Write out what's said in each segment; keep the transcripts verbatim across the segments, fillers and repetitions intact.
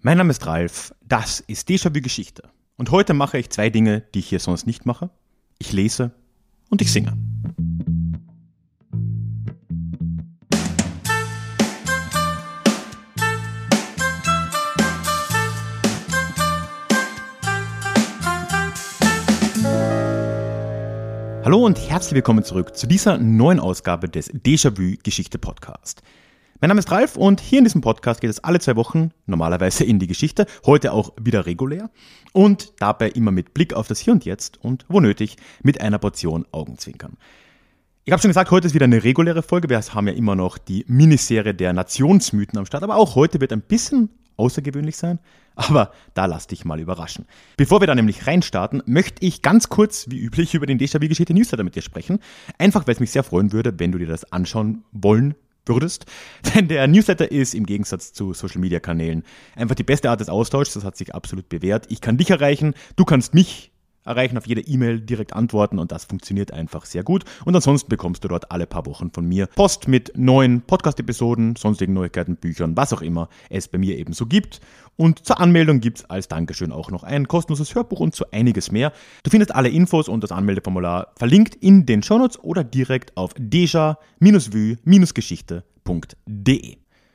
Mein Name ist Ralf, das ist Déjà-vu Geschichte. Und heute mache ich zwei Dinge, die ich hier sonst nicht mache. Ich lese und ich singe. Hallo und herzlich willkommen zurück zu dieser neuen Ausgabe des Déjà-vu Geschichte Podcast. Mein Name ist Ralf und hier in diesem Podcast geht es alle zwei Wochen normalerweise in die Geschichte, heute auch wieder regulär und dabei immer mit Blick auf das Hier und Jetzt und, wo nötig, mit einer Portion Augenzwinkern. Ich habe schon gesagt, heute ist wieder eine reguläre Folge, wir haben ja immer noch die Miniserie der Nationsmythen am Start, aber auch heute wird ein bisschen außergewöhnlich sein, aber da lass dich mal überraschen. Bevor wir da nämlich reinstarten, möchte ich ganz kurz, wie üblich, über den Déjà-vu Geschichte Newsletter mit dir sprechen, einfach weil es mich sehr freuen würde, wenn du dir das anschauen wollen würdest, denn der Newsletter ist im Gegensatz zu Social-Media-Kanälen einfach die beste Art des Austauschs, das hat sich absolut bewährt. Ich kann dich erreichen, du kannst mich erreichen, auf jede E-Mail direkt antworten und das funktioniert einfach sehr gut. Und ansonsten bekommst du dort alle paar Wochen von mir Post mit neuen Podcast-Episoden, sonstigen Neuigkeiten, Büchern, was auch immer es bei mir eben so gibt. Und zur Anmeldung gibt es als Dankeschön auch noch ein kostenloses Hörbuch und so einiges mehr. Du findest alle Infos und das Anmeldeformular verlinkt in den Shownotes oder direkt auf deja vu Geschichte punkt de.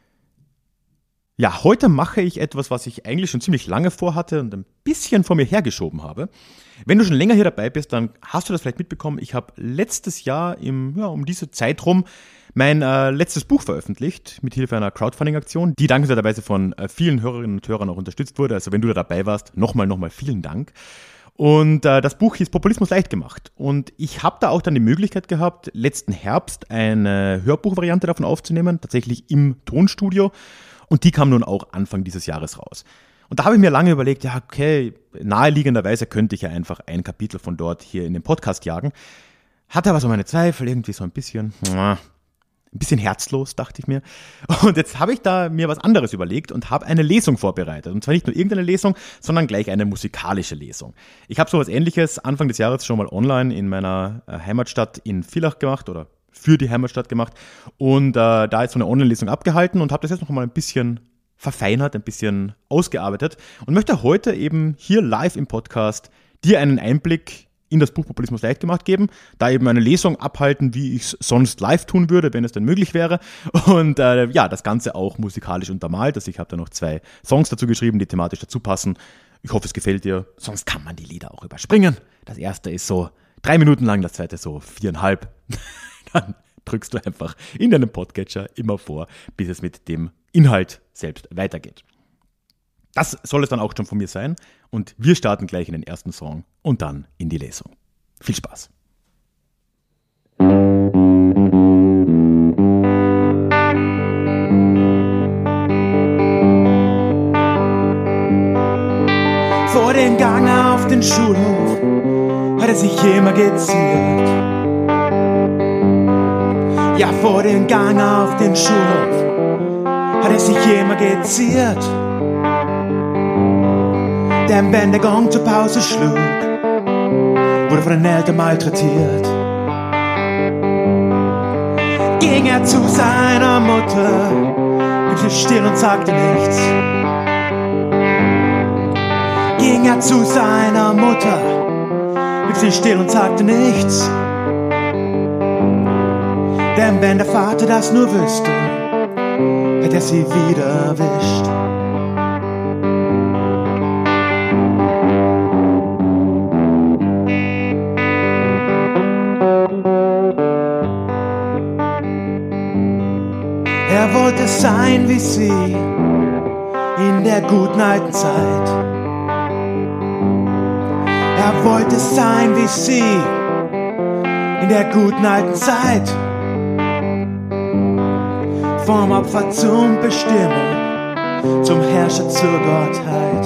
Ja, heute mache ich etwas, was ich eigentlich schon ziemlich lange vorhatte und ein bisschen vor mir hergeschoben habe. Wenn du schon länger hier dabei bist, dann hast du das vielleicht mitbekommen. Ich habe letztes Jahr im, ja, um diese Zeit rum mein äh, letztes Buch veröffentlicht, mit Hilfe einer Crowdfunding-Aktion, die dankenswerterweise von äh, vielen Hörerinnen und Hörern auch unterstützt wurde. Also wenn du da dabei warst, nochmal, nochmal vielen Dank. Und äh, das Buch hieß Populismus leicht gemacht. Und ich habe da auch dann die Möglichkeit gehabt, letzten Herbst eine Hörbuchvariante davon aufzunehmen, tatsächlich im Tonstudio. Und die kam nun auch Anfang dieses Jahres raus. Und da habe ich mir lange überlegt, ja okay, naheliegenderweise könnte ich ja einfach ein Kapitel von dort hier in den Podcast jagen. Hatte aber so meine Zweifel, irgendwie so ein bisschen, ein bisschen herzlos, dachte ich mir. Und jetzt habe ich da mir was anderes überlegt und habe eine Lesung vorbereitet. Und zwar nicht nur irgendeine Lesung, sondern gleich eine musikalische Lesung. Ich habe sowas Ähnliches Anfang des Jahres schon mal online in meiner Heimatstadt in Villach gemacht oder für die Heimatstadt gemacht und äh, da ist so eine Online-Lesung abgehalten und habe das jetzt noch mal ein bisschen verfeinert, ein bisschen ausgearbeitet und möchte heute eben hier live im Podcast dir einen Einblick in das Buch Populismus leicht gemacht geben, da eben eine Lesung abhalten, wie ich es sonst live tun würde, wenn es denn möglich wäre und äh, ja, das Ganze auch musikalisch untermalt, also ich habe da noch zwei Songs dazu geschrieben, die thematisch dazu passen. Ich hoffe, es gefällt dir, sonst kann man die Lieder auch überspringen. Das erste ist so drei Minuten lang, das zweite so viereinhalb. Dann drückst du einfach in deinem Podcatcher immer vor, bis es mit dem Inhalt selbst weitergeht. Das soll es dann auch schon von mir sein und wir starten gleich in den ersten Song und dann in die Lesung. Viel Spaß! Vor dem Gang auf den Schulhof hat er sich immer geziert. Ja, vor dem Gang auf den Schulhof hat er sich immer geziert. Denn wenn der Gong zur Pause schlug, wurde von den Eltern malträtiert. Ging er zu seiner Mutter, blieb sie still und sagte nichts. Ging er zu seiner Mutter, blieb sie still und sagte nichts. Denn wenn der Vater das nur wüsste, hätte er sie wieder erwischt. Er wollte sein wie sie in der guten alten Zeit. Er wollte sein wie sie in der guten alten Zeit. Vom Opfer zum Bestimmer, zum Herrscher zur Gottheit.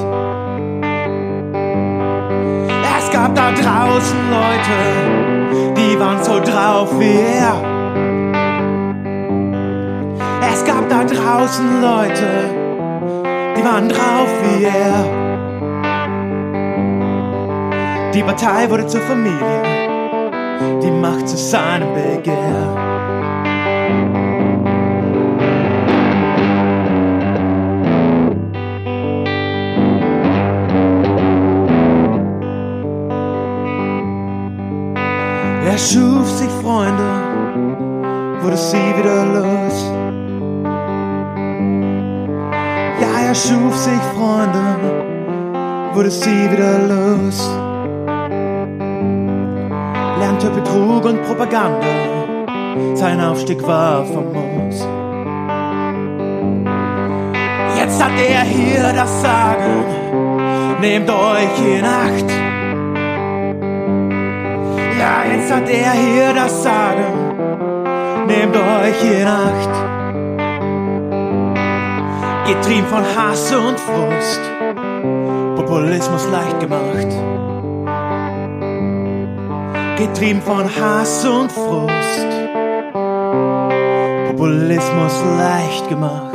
Es gab da draußen Leute, die waren so drauf wie er. Es gab da draußen Leute, die waren drauf wie er. Die Partei wurde zur Familie, die Macht zu seinem Begehr. schuf sich Freunde, wurde sie wieder los. Ja, er schuf sich Freunde, wurde sie wieder los. Lernte Betrug und Propaganda, sein Aufstieg war famos. Jetzt hat er hier das Sagen, nehmt euch in Acht. Ja, jetzt hat er hier das Sagen, nehmt euch in Acht. Getrieben von Hass und Frust, Populismus leicht gemacht. Getrieben von Hass und Frust, Populismus leicht gemacht.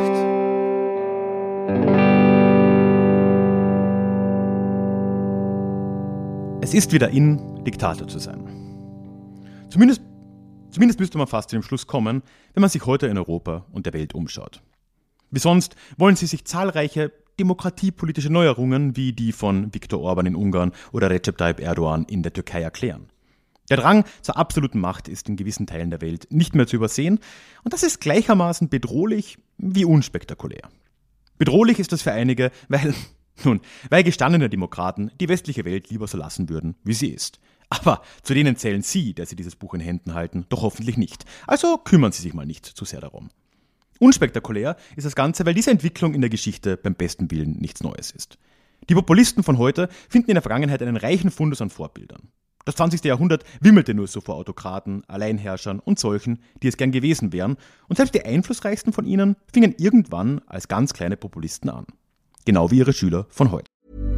Es ist wieder in, Diktator zu sein. Zumindest, zumindest müsste man fast zu dem Schluss kommen, wenn man sich heute in Europa und der Welt umschaut. Wie sonst wollen sie sich zahlreiche demokratiepolitische Neuerungen wie die von Viktor Orban in Ungarn oder Recep Tayyip Erdogan in der Türkei erklären. Der Drang zur absoluten Macht ist in gewissen Teilen der Welt nicht mehr zu übersehen und das ist gleichermaßen bedrohlich wie unspektakulär. Bedrohlich ist das für einige, weil, nun, weil gestandene Demokraten die westliche Welt lieber so lassen würden, wie sie ist. Aber zu denen zählen Sie, der Sie dieses Buch in Händen halten, doch hoffentlich nicht. Also kümmern Sie sich mal nicht zu sehr darum. Unspektakulär ist das Ganze, weil diese Entwicklung in der Geschichte beim besten Willen nichts Neues ist. Die Populisten von heute finden in der Vergangenheit einen reichen Fundus an Vorbildern. Das zwanzigste Jahrhundert wimmelte nur so vor Autokraten, Alleinherrschern und solchen, die es gern gewesen wären, und selbst die einflussreichsten von ihnen fingen irgendwann als ganz kleine Populisten an. Genau wie ihre Schüler von heute.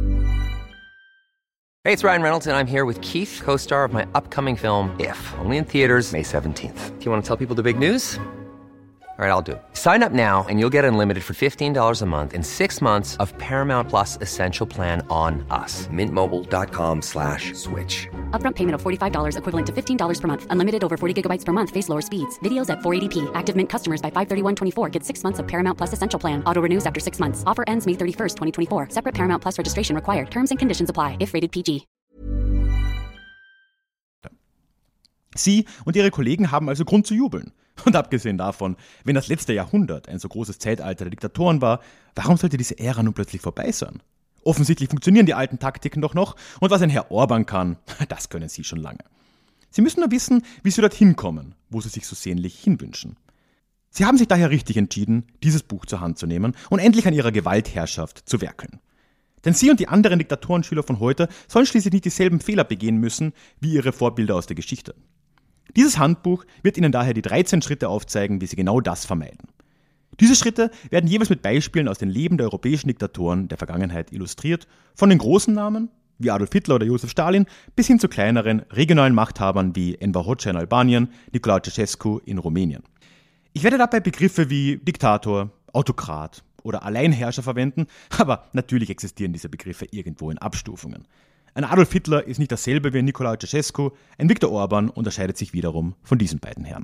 Hey, it's Ryan Reynolds, and I'm here with Keith, co-star of my upcoming film, If, only in theaters May seventeenth. Do you want to tell people the big news? All right, I'll do it. Sign up now and you'll get unlimited for fifteen dollars a month and six months of Paramount Plus Essential Plan on us. Mint Mobile dot com slash switch. Upfront payment of forty-five dollars equivalent to fifteen dollars per month. Unlimited over forty gigabytes per month. Face lower speeds. Videos at four eighty p. Active Mint customers by five thirty-one twenty-four get six months of Paramount Plus Essential Plan. Auto renews after six months. Offer ends May thirty-first, twenty twenty-four. Separate Paramount Plus registration required. Terms and conditions apply if rated P G. Sie und ihre Kollegen haben also Grund zu jubeln. Und abgesehen davon, wenn das letzte Jahrhundert ein so großes Zeitalter der Diktatoren war, warum sollte diese Ära nun plötzlich vorbei sein? Offensichtlich funktionieren die alten Taktiken doch noch und was ein Herr Orban kann, das können Sie schon lange. Sie müssen nur wissen, wie Sie dorthin kommen, wo Sie sich so sehnlich hinwünschen. Sie haben sich daher richtig entschieden, dieses Buch zur Hand zu nehmen und endlich an ihrer Gewaltherrschaft zu werkeln. Denn Sie und die anderen Diktatorenschüler von heute sollen schließlich nicht dieselben Fehler begehen müssen wie ihre Vorbilder aus der Geschichte. Dieses Handbuch wird Ihnen daher die dreizehn Schritte aufzeigen, wie Sie genau das vermeiden. Diese Schritte werden jeweils mit Beispielen aus den Leben der europäischen Diktatoren der Vergangenheit illustriert, von den großen Namen wie Adolf Hitler oder Josef Stalin bis hin zu kleineren regionalen Machthabern wie Enver Hoxha in Albanien, Nicolae Ceausescu in Rumänien. Ich werde dabei Begriffe wie Diktator, Autokrat oder Alleinherrscher verwenden, aber natürlich existieren diese Begriffe irgendwo in Abstufungen. Ein Adolf Hitler ist nicht dasselbe wie ein Nicolae Ceausescu, ein Viktor Orban unterscheidet sich wiederum von diesen beiden Herren.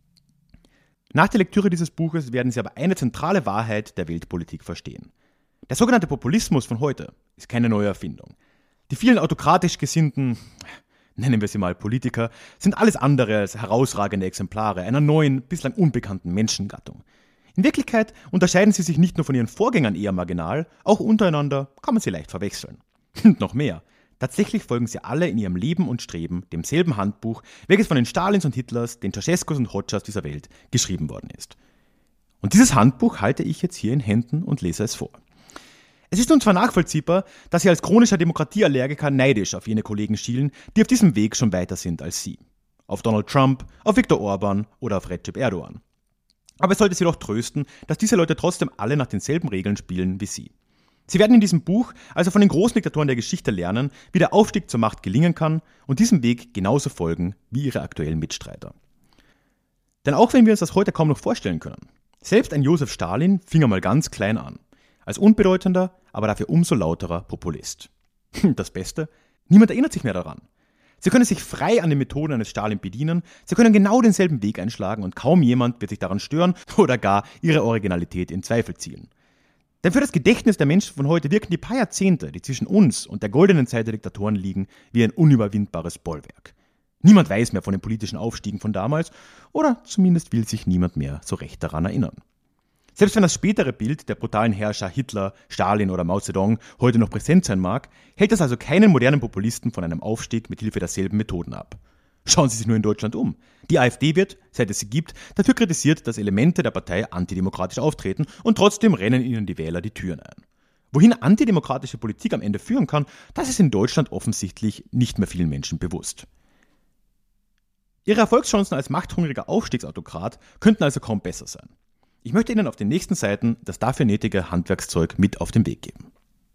Nach der Lektüre dieses Buches werden Sie aber eine zentrale Wahrheit der Weltpolitik verstehen. Der sogenannte Populismus von heute ist keine neue Erfindung. Die vielen autokratisch gesinnten, nennen wir sie mal Politiker, sind alles andere als herausragende Exemplare einer neuen, bislang unbekannten Menschengattung. In Wirklichkeit unterscheiden sie sich nicht nur von ihren Vorgängern eher marginal, auch untereinander kann man sie leicht verwechseln. Und noch mehr. Tatsächlich folgen sie alle in ihrem Leben und Streben demselben Handbuch, welches von den Stalins und Hitlers, den Ceausescus und Hoxhas dieser Welt geschrieben worden ist. Und dieses Handbuch halte ich jetzt hier in Händen und lese es vor. Es ist nun zwar nachvollziehbar, dass Sie als chronischer Demokratieallergiker neidisch auf jene Kollegen schielen, die auf diesem Weg schon weiter sind als Sie. Auf Donald Trump, auf Viktor Orban oder auf Recep Erdogan. Aber es sollte Sie doch trösten, dass diese Leute trotzdem alle nach denselben Regeln spielen wie Sie. Sie werden in diesem Buch also von den großen Diktatoren der Geschichte lernen, wie der Aufstieg zur Macht gelingen kann und diesem Weg genauso folgen wie ihre aktuellen Mitstreiter. Denn auch wenn wir uns das heute kaum noch vorstellen können, selbst ein Josef Stalin fing einmal ganz klein an, als unbedeutender, aber dafür umso lauterer Populist. Das Beste, niemand erinnert sich mehr daran. Sie können sich frei an den Methoden eines Stalin bedienen, sie können genau denselben Weg einschlagen und kaum jemand wird sich daran stören oder gar ihre Originalität in Zweifel ziehen. Denn für das Gedächtnis der Menschen von heute wirken die paar Jahrzehnte, die zwischen uns und der goldenen Zeit der Diktatoren liegen, wie ein unüberwindbares Bollwerk. Niemand weiß mehr von den politischen Aufstiegen von damals oder zumindest will sich niemand mehr so recht daran erinnern. Selbst wenn das spätere Bild der brutalen Herrscher Hitler, Stalin oder Mao Zedong heute noch präsent sein mag, hält das also keinen modernen Populisten von einem Aufstieg mit Hilfe derselben Methoden ab. Schauen Sie sich nur in Deutschland um. Die AfD wird, seit es sie gibt, dafür kritisiert, dass Elemente der Partei antidemokratisch auftreten und trotzdem rennen ihnen die Wähler die Türen ein. Wohin antidemokratische Politik am Ende führen kann, das ist in Deutschland offensichtlich nicht mehr vielen Menschen bewusst. Ihre Erfolgschancen als machthungriger Aufstiegsautokrat könnten also kaum besser sein. Ich möchte Ihnen auf den nächsten Seiten das dafür nötige Handwerkszeug mit auf den Weg geben.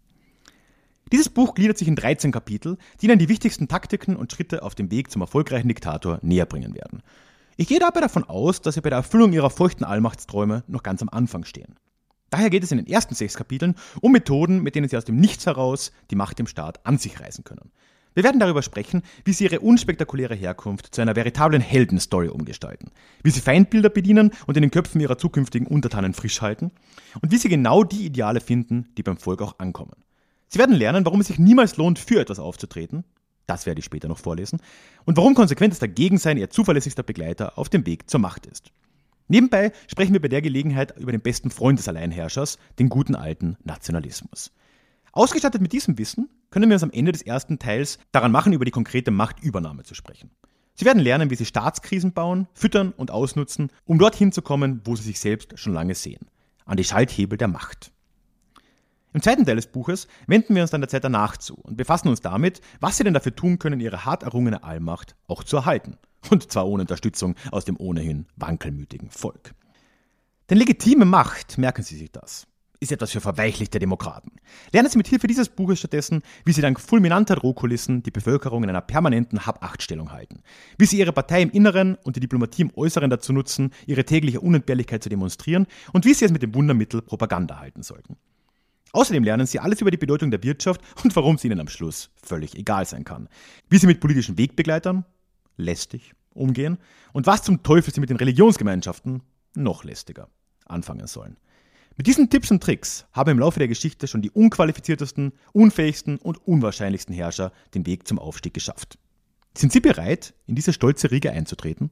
Dieses Buch gliedert sich in dreizehn Kapitel, die Ihnen die wichtigsten Taktiken und Schritte auf dem Weg zum erfolgreichen Diktator näher bringen werden. Ich gehe dabei davon aus, dass Sie bei der Erfüllung Ihrer feuchten Allmachtsträume noch ganz am Anfang stehen. Daher geht es in den ersten sechs Kapiteln um Methoden, mit denen Sie aus dem Nichts heraus die Macht im Staat an sich reißen können. Wir werden darüber sprechen, wie Sie Ihre unspektakuläre Herkunft zu einer veritablen Heldenstory umgestalten, wie Sie Feindbilder bedienen und in den Köpfen Ihrer zukünftigen Untertanen frisch halten und wie Sie genau die Ideale finden, die beim Volk auch ankommen. Sie werden lernen, warum es sich niemals lohnt, für etwas aufzutreten, das werde ich später noch vorlesen, und warum konsequentes Dagegensein Ihr zuverlässigster Begleiter auf dem Weg zur Macht ist. Nebenbei sprechen wir bei der Gelegenheit über den besten Freund des Alleinherrschers, den guten alten Nationalismus. Ausgestattet mit diesem Wissen können wir uns am Ende des ersten Teils daran machen, über die konkrete Machtübernahme zu sprechen. Sie werden lernen, wie Sie Staatskrisen bauen, füttern und ausnutzen, um dorthin zu kommen, wo Sie sich selbst schon lange sehen. An die Schalthebel der Macht. Im zweiten Teil des Buches wenden wir uns dann der Zeit danach zu und befassen uns damit, was Sie denn dafür tun können, Ihre hart errungene Allmacht auch zu erhalten. Und zwar ohne Unterstützung aus dem ohnehin wankelmütigen Volk. Denn legitime Macht, merken Sie sich das, ist etwas für verweichlichte Demokraten. Lernen Sie mit Hilfe dieses Buches stattdessen, wie Sie dank fulminanter Drohkulissen die Bevölkerung in einer permanenten Hab-Acht-Stellung halten. Wie Sie Ihre Partei im Inneren und die Diplomatie im Äußeren dazu nutzen, ihre tägliche Unentbehrlichkeit zu demonstrieren und wie Sie es mit dem Wundermittel Propaganda halten sollten. Außerdem lernen Sie alles über die Bedeutung der Wirtschaft und warum es Ihnen am Schluss völlig egal sein kann. Wie Sie mit politischen Wegbegleitern, lästig, umgehen und was zum Teufel Sie mit den Religionsgemeinschaften, noch lästiger, anfangen sollen. Mit diesen Tipps und Tricks haben im Laufe der Geschichte schon die unqualifiziertesten, unfähigsten und unwahrscheinlichsten Herrscher den Weg zum Aufstieg geschafft. Sind Sie bereit, in diese stolze Riege einzutreten?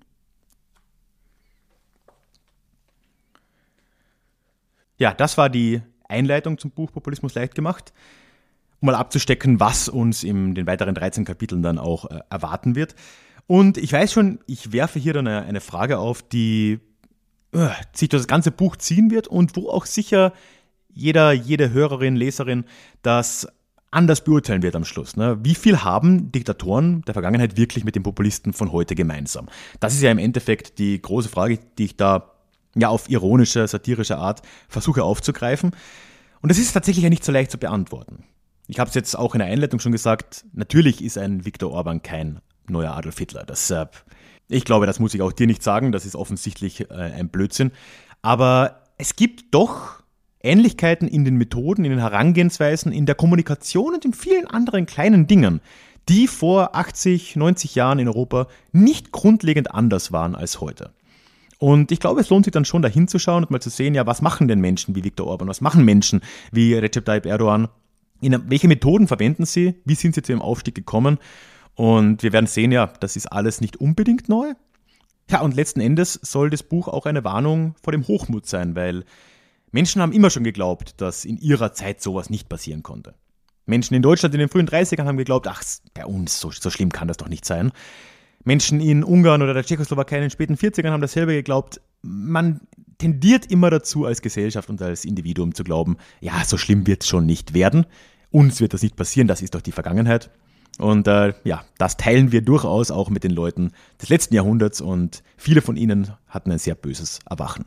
Ja, das war die Einleitung zum Buch Populismus leicht gemacht, um mal abzustecken, was uns in den weiteren dreizehn Kapiteln dann auch äh, erwarten wird. Und ich weiß schon, ich werfe hier dann eine, eine Frage auf, die uh, sich durch das ganze Buch ziehen wird und wo auch sicher jeder, jede Hörerin, Leserin das anders beurteilen wird am Schluss. Ne? Wie viel haben Diktatoren der Vergangenheit wirklich mit den Populisten von heute gemeinsam? Das ist ja im Endeffekt die große Frage, die ich da ja auf ironische, satirische Art versuche aufzugreifen. Und das ist tatsächlich ja nicht so leicht zu beantworten. Ich habe es jetzt auch in der Einleitung schon gesagt, natürlich ist ein Viktor Orban kein neuer Adolf Hitler. Das, äh, ich glaube, das muss ich auch dir nicht sagen, das ist offensichtlich äh, ein Blödsinn. Aber es gibt doch Ähnlichkeiten in den Methoden, in den Herangehensweisen, in der Kommunikation und in vielen anderen kleinen Dingen, die vor achtzig, neunzig Jahren in Europa nicht grundlegend anders waren als heute. Und ich glaube, es lohnt sich dann schon, da hinzuschauen und mal zu sehen, ja, was machen denn Menschen wie Viktor Orban, was machen Menschen wie Recep Tayyip Erdogan, in, welche Methoden verwenden sie, wie sind sie zu ihrem Aufstieg gekommen? Und wir werden sehen, ja, das ist alles nicht unbedingt neu. Ja, und letzten Endes soll das Buch auch eine Warnung vor dem Hochmut sein, weil Menschen haben immer schon geglaubt, dass in ihrer Zeit sowas nicht passieren konnte. Menschen in Deutschland in den frühen dreißigern haben geglaubt, ach, bei uns, so, so schlimm kann das doch nicht sein. Menschen in Ungarn oder der Tschechoslowakei in den späten vierzigern haben dasselbe geglaubt. Man tendiert immer dazu, als Gesellschaft und als Individuum zu glauben, ja, so schlimm wird es schon nicht werden. Uns wird das nicht passieren, das ist doch die Vergangenheit. Und äh, ja, das teilen wir durchaus auch mit den Leuten des letzten Jahrhunderts und viele von ihnen hatten ein sehr böses Erwachen.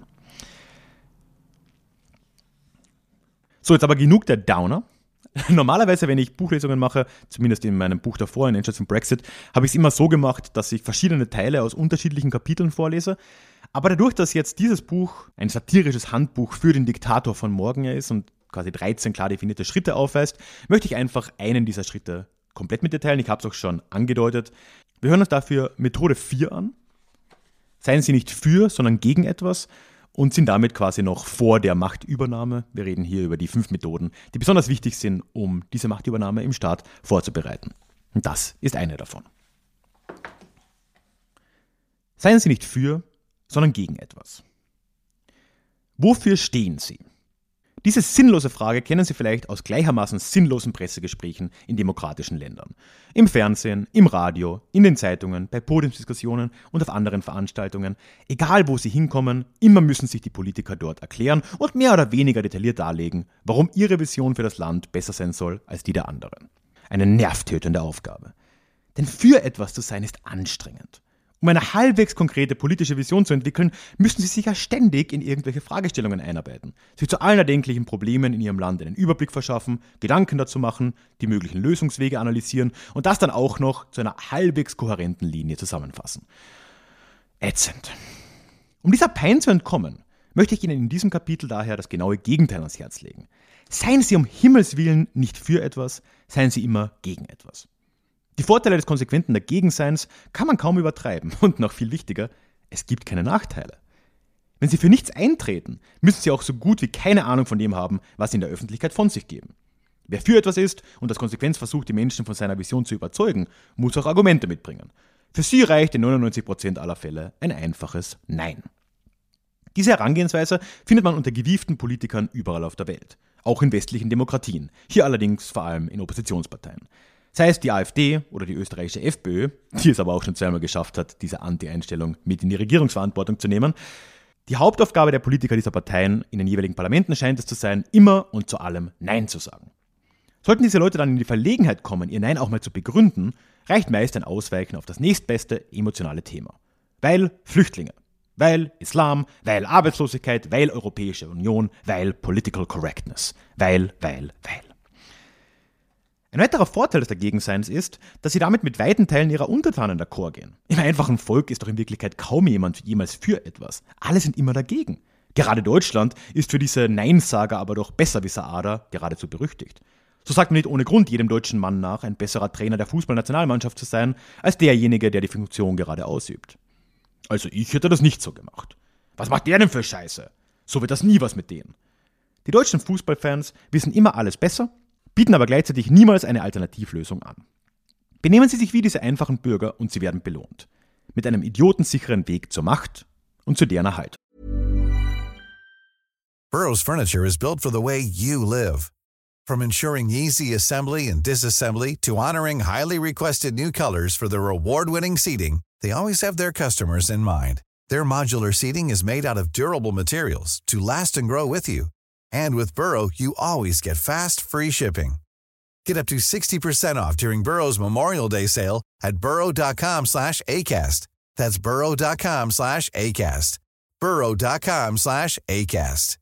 So, jetzt aber genug der Downer. Normalerweise, wenn ich Buchlesungen mache, zumindest in meinem Buch davor, in Entscheidung zum Brexit, habe ich es immer so gemacht, dass ich verschiedene Teile aus unterschiedlichen Kapiteln vorlese. Aber dadurch, dass jetzt dieses Buch ein satirisches Handbuch für den Diktator von morgen ist und quasi dreizehn klar definierte Schritte aufweist, möchte ich einfach einen dieser Schritte komplett mit dir teilen. Ich habe es auch schon angedeutet. Wir hören uns dafür Methode vier an. Seien Sie nicht für, sondern gegen etwas. Und sind damit quasi noch vor der Machtübernahme. Wir reden hier über die fünf Methoden, die besonders wichtig sind, um diese Machtübernahme im Staat vorzubereiten. Und das ist eine davon. Seien Sie nicht für, sondern gegen etwas. Wofür stehen Sie? Diese sinnlose Frage kennen Sie vielleicht aus gleichermaßen sinnlosen Pressegesprächen in demokratischen Ländern. Im Fernsehen, im Radio, in den Zeitungen, bei Podiumsdiskussionen und auf anderen Veranstaltungen. Egal wo Sie hinkommen, immer müssen sich die Politiker dort erklären und mehr oder weniger detailliert darlegen, warum ihre Vision für das Land besser sein soll als die der anderen. Eine nervtötende Aufgabe. Denn für etwas zu sein ist anstrengend. Um eine halbwegs konkrete politische Vision zu entwickeln, müssen Sie sich ja ständig in irgendwelche Fragestellungen einarbeiten, sich zu allen erdenklichen Problemen in Ihrem Land einen Überblick verschaffen, Gedanken dazu machen, die möglichen Lösungswege analysieren und das dann auch noch zu einer halbwegs kohärenten Linie zusammenfassen. Ätzend. Um dieser Pein zu entkommen, möchte ich Ihnen in diesem Kapitel daher das genaue Gegenteil ans Herz legen. Seien Sie um Himmels Willen nicht für etwas, seien Sie immer gegen etwas. Die Vorteile des konsequenten Dagegenseins kann man kaum übertreiben und noch viel wichtiger, es gibt keine Nachteile. Wenn Sie für nichts eintreten, müssen Sie auch so gut wie keine Ahnung von dem haben, was Sie in der Öffentlichkeit von sich geben. Wer für etwas ist und das konsequent versucht, die Menschen von seiner Vision zu überzeugen, muss auch Argumente mitbringen. Für Sie reicht in neunundneunzig Prozent aller Fälle ein einfaches Nein. Diese Herangehensweise findet man unter gewieften Politikern überall auf der Welt, auch in westlichen Demokratien, hier allerdings vor allem in Oppositionsparteien. Sei es die AfD oder die österreichische FPÖ, die es aber auch schon zweimal geschafft hat, diese Anti-Einstellung mit in die Regierungsverantwortung zu nehmen. Die Hauptaufgabe der Politiker dieser Parteien in den jeweiligen Parlamenten scheint es zu sein, immer und zu allem Nein zu sagen. Sollten diese Leute dann in die Verlegenheit kommen, ihr Nein auch mal zu begründen, reicht meist ein Ausweichen auf das nächstbeste emotionale Thema. Weil Flüchtlinge, weil Islam, weil Arbeitslosigkeit, weil Europäische Union, weil Political Correctness, weil, weil, weil. Ein weiterer Vorteil des Dagegenseins ist, dass sie damit mit weiten Teilen ihrer Untertanen d'accord gehen. Im einfachen Volk ist doch in Wirklichkeit kaum jemand jemals für etwas. Alle sind immer dagegen. Gerade Deutschland ist für diese Neinsager aber doch Besserwisser-Ader geradezu berüchtigt. So sagt man nicht ohne Grund jedem deutschen Mann nach, ein besserer Trainer der Fußballnationalmannschaft zu sein, als derjenige, der die Funktion gerade ausübt. Also ich hätte das nicht so gemacht. Was macht der denn für Scheiße? So wird das nie was mit denen. Die deutschen Fußballfans wissen immer alles besser, bieten aber gleichzeitig niemals eine Alternativlösung an. Benehmen Sie sich wie diese einfachen Bürger und Sie werden belohnt. Mit einem idiotensicheren Weg zur Macht und zu deren Erhalt. Burrow's furniture is built for the way you live. From ensuring easy assembly and disassembly to honoring highly requested new colors for their award-winning seating, they always have their customers in mind. Their modular seating is made out of durable materials to last and grow with you. And with Burrow, you always get fast, free shipping. Get up to sixty percent off during Burrow's Memorial Day sale at burrow.com slash ACAST. That's burrow.com slash ACAST. burrow.com slash ACAST.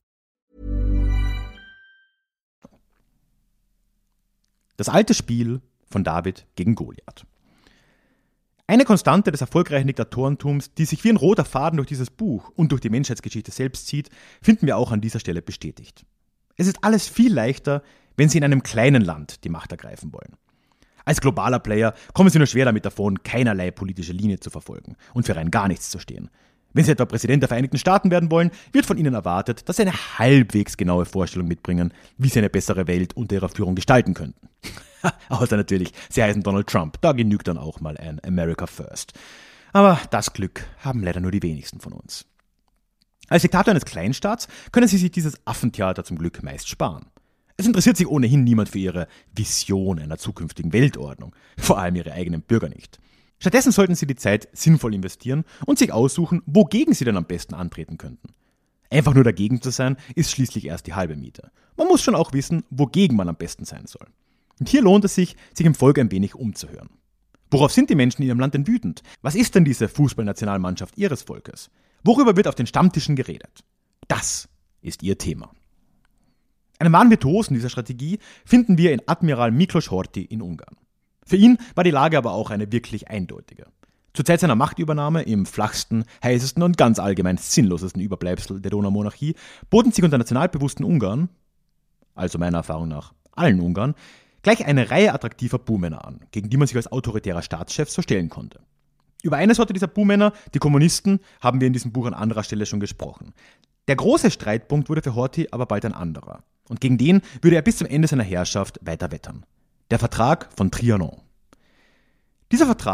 Das alte Spiel von David gegen Goliath. Eine Konstante des erfolgreichen Diktatorentums, die sich wie ein roter Faden durch dieses Buch und durch die Menschheitsgeschichte selbst zieht, finden wir auch an dieser Stelle bestätigt. Es ist alles viel leichter, wenn Sie in einem kleinen Land die Macht ergreifen wollen. Als globaler Player kommen Sie nur schwer damit davon, keinerlei politische Linie zu verfolgen und für rein gar nichts zu stehen. Wenn Sie etwa Präsident der Vereinigten Staaten werden wollen, wird von Ihnen erwartet, dass Sie eine halbwegs genaue Vorstellung mitbringen, wie Sie eine bessere Welt unter Ihrer Führung gestalten könnten. Außer natürlich, Sie heißen Donald Trump, da genügt dann auch mal ein America First. Aber das Glück haben leider nur die wenigsten von uns. Als Diktator eines Kleinstaats können Sie sich dieses Affentheater zum Glück meist sparen. Es interessiert sich ohnehin niemand für Ihre Vision einer zukünftigen Weltordnung, vor allem Ihre eigenen Bürger nicht. Stattdessen sollten Sie die Zeit sinnvoll investieren und sich aussuchen, wogegen Sie denn am besten antreten könnten. Einfach nur dagegen zu sein, ist schließlich erst die halbe Miete. Man muss schon auch wissen, wogegen man am besten sein soll. Und hier lohnt es sich, sich im Volk ein wenig umzuhören. Worauf sind die Menschen in ihrem Land denn wütend? Was ist denn diese Fußballnationalmannschaft ihres Volkes? Worüber wird auf den Stammtischen geredet? Das ist ihr Thema. Einen wahren Virtuosen dieser Strategie finden wir in Admiral Miklos Horthy in Ungarn. Für ihn war die Lage aber auch eine wirklich eindeutige. Zur Zeit seiner Machtübernahme im flachsten, heißesten und ganz allgemein sinnlosesten Überbleibsel der Donaumonarchie boten sich unter nationalbewussten Ungarn, also meiner Erfahrung nach allen Ungarn, gleich eine Reihe attraktiver Buhmänner an, gegen die man sich als autoritärer Staatschef so stellen konnte. Über eine Sorte dieser Buhmänner, die Kommunisten, haben wir in diesem Buch an anderer Stelle schon gesprochen. Der große Streitpunkt wurde für Horthy aber bald ein anderer. Und gegen den würde er bis zum Ende seiner Herrschaft weiter wettern. Der Vertrag von Trianon. Dieser Vertrag,